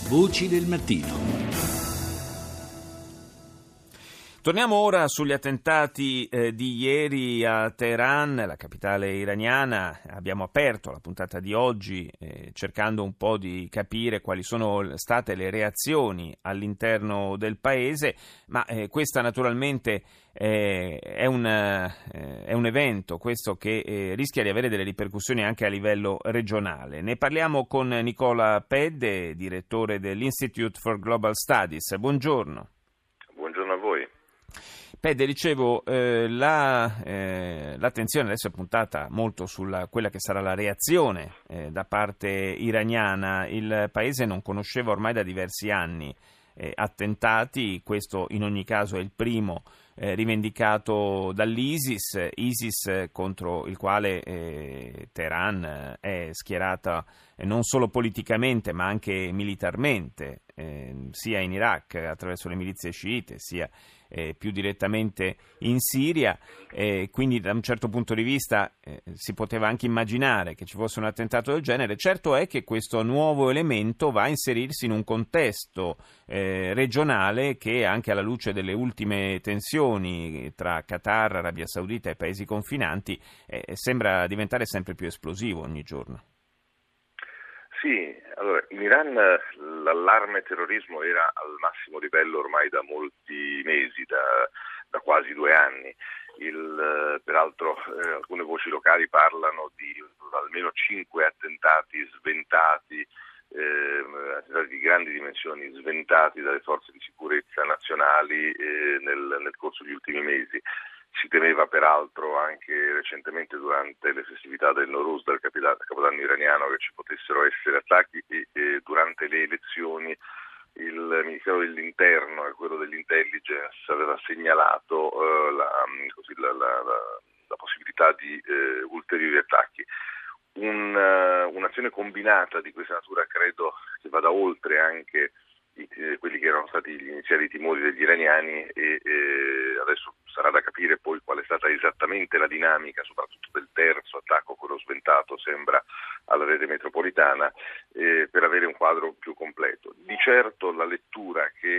Voci del mattino. Torniamo ora sugli attentati di ieri a Teheran, la capitale iraniana. Abbiamo aperto la puntata di oggi cercando un po' di capire quali sono state le reazioni all'interno del paese, ma questa naturalmente è un evento questo che rischia di avere delle ripercussioni anche a livello regionale. Ne parliamo con Nicola Pedde, direttore dell'Institute for Global Studies. Buongiorno. Buongiorno a voi. Pedde, dicevo, l'attenzione adesso è puntata molto sulla quella che sarà la reazione da parte iraniana. Il paese non conosceva ormai da diversi anni attentati, questo in ogni caso è il primo rivendicato dall'ISIS, contro il quale Teheran è schierata non solo politicamente ma anche militarmente, sia in Iraq attraverso le milizie sciite, sia più direttamente in Siria, quindi da un certo punto di vista si poteva anche immaginare che ci fosse un attentato del genere. Certo è che questo nuovo elemento va a inserirsi in un contesto regionale che, anche alla luce delle ultime tensioni tra Qatar, Arabia Saudita e paesi confinanti, sembra diventare sempre più esplosivo ogni giorno. Sì, allora in Iran l'allarme terrorismo era al massimo livello ormai da molti mesi, da quasi 2 anni. Peraltro alcune voci locali parlano di almeno 5 attentati sventati, di grandi dimensioni, sventati dalle forze di sicurezza nazionali nel corso degli ultimi mesi. Si temeva peraltro anche recentemente durante le festività del Nowruz, del Capodanno iraniano, che ci potessero essere attacchi e durante le elezioni il Ministero dell'Interno e quello dell'Intelligence aveva segnalato la possibilità di ulteriori attacchi. Un'azione combinata di questa natura credo che vada oltre anche quelli che erano stati gli iniziali timori degli iraniani e adesso sarà da capire poi qual è stata esattamente la dinamica, soprattutto del terzo attacco, quello sventato sembra alla rete metropolitana, per avere un quadro più completo. Di certo la lettura che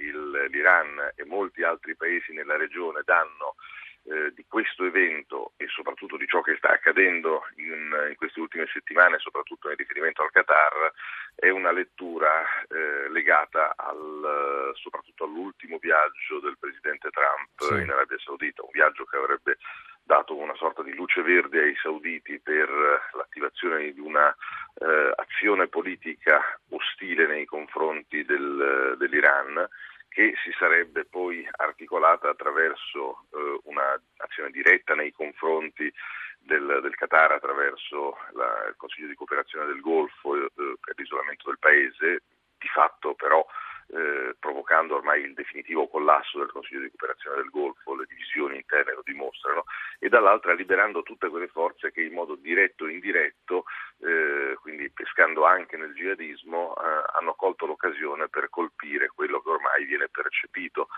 l'Iran e molti altri paesi nella regione danno di questo evento e soprattutto di ciò che sta accadendo in queste ultime settimane, soprattutto in riferimento al Qatar, è una lettura legata soprattutto all'ultimo viaggio del presidente Trump in Arabia Saudita, un viaggio che avrebbe dato una sorta di luce verde ai sauditi per l'attivazione di una azione politica ostile nei confronti dell'Iran, che si sarebbe poi articolata attraverso un'azione diretta nei confronti del Qatar attraverso il Consiglio di cooperazione del Golfo per l'isolamento del paese, di fatto però provocando ormai il definitivo collasso del Consiglio di cooperazione del Golfo, le divisioni interne lo dimostrano, e dall'altra liberando tutte quelle forze che in modo diretto o indiretto, quindi pescando anche nel jihadismo, hanno colto l'occasione per colpire quello che ormai viene percepito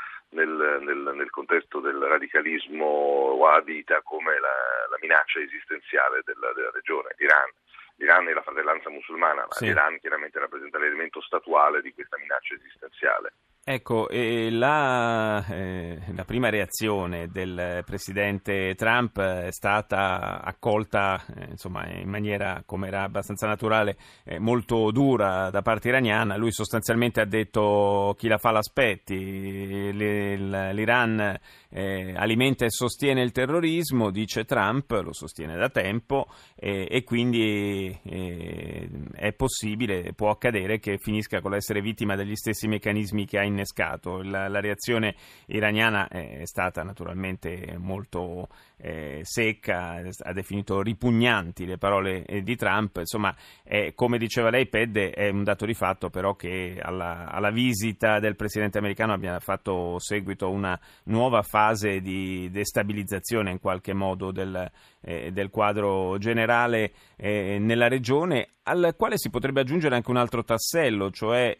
nel contesto del radicalismo wahhabita come la minaccia esistenziale della regione, l'Iran e la fratellanza musulmana, ma l'Iran chiaramente rappresenta l'elemento statuale di questa minaccia esistenziale. Ecco, la prima reazione del presidente Trump è stata accolta in maniera, come era abbastanza naturale, molto dura da parte iraniana. Lui sostanzialmente ha detto: chi la fa l'aspetti, l'Iran alimenta e sostiene il terrorismo, dice Trump, lo sostiene da tempo e quindi è possibile, può accadere che finisca con l'essere vittima degli stessi meccanismi che ha innescato. La reazione iraniana è stata naturalmente molto secca, ha definito ripugnanti le parole di Trump. Insomma, come diceva lei, Pedde, è un dato di fatto però che alla visita del presidente americano abbia fatto seguito una nuova fase di destabilizzazione in qualche modo del quadro generale nella regione, al quale si potrebbe aggiungere anche un altro tassello, cioè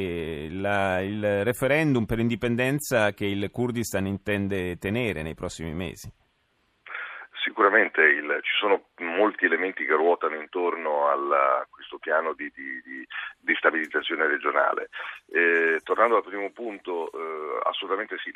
il referendum per l'indipendenza che il Kurdistan intende tenere nei prossimi mesi. Sicuramente ci sono molti elementi che ruotano intorno a questo piano di stabilizzazione regionale. Tornando al primo punto, assolutamente sì, i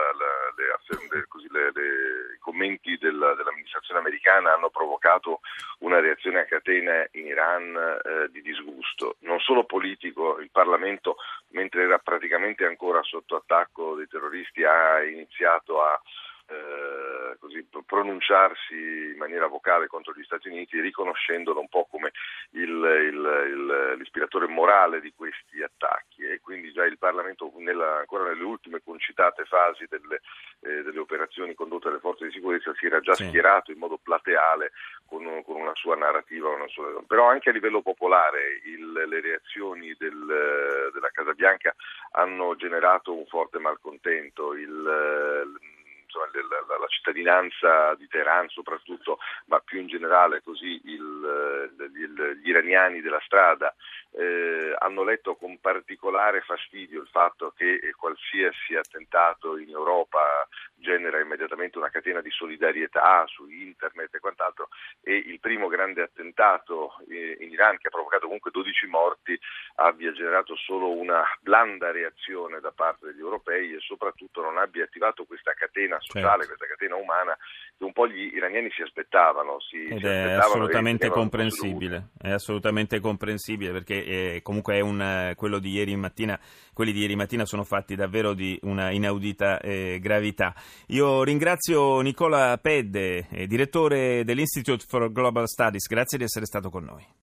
commenti dell'amministrazione americana hanno provocato una reazione a catena in Iran di disgusto, non solo politico. Il Parlamento, mentre era praticamente ancora sotto attacco dei terroristi, ha iniziato a pronunciarsi in maniera vocale contro gli Stati Uniti, riconoscendolo un po' come l'ispiratore morale di questi attacchi, e quindi già il Parlamento ancora nelle ultime concitate fasi delle operazioni condotte dalle forze di sicurezza si era già schierato in modo plateale con una sua narrativa, però anche a livello popolare le reazioni della Casa Bianca hanno generato un forte malcontento. La cittadinanza di Teheran soprattutto, ma più in generale così gli iraniani della strada hanno letto con particolare fastidio il fatto che qualsiasi attentato in Europa genera immediatamente una catena di solidarietà su internet e quant'altro, e il primo grande attentato in Iran, che ha provocato comunque 12 morti, abbia generato solo una blanda reazione da parte degli europei e soprattutto non abbia attivato questa catena sociale, questa catena umana che un po' gli iraniani si aspettavano. È assolutamente comprensibile, perché comunque quelli di ieri mattina sono fatti davvero di una inaudita gravità. Io ringrazio Nicola Pedde, direttore dell'Institute for Global Studies, grazie di essere stato con noi.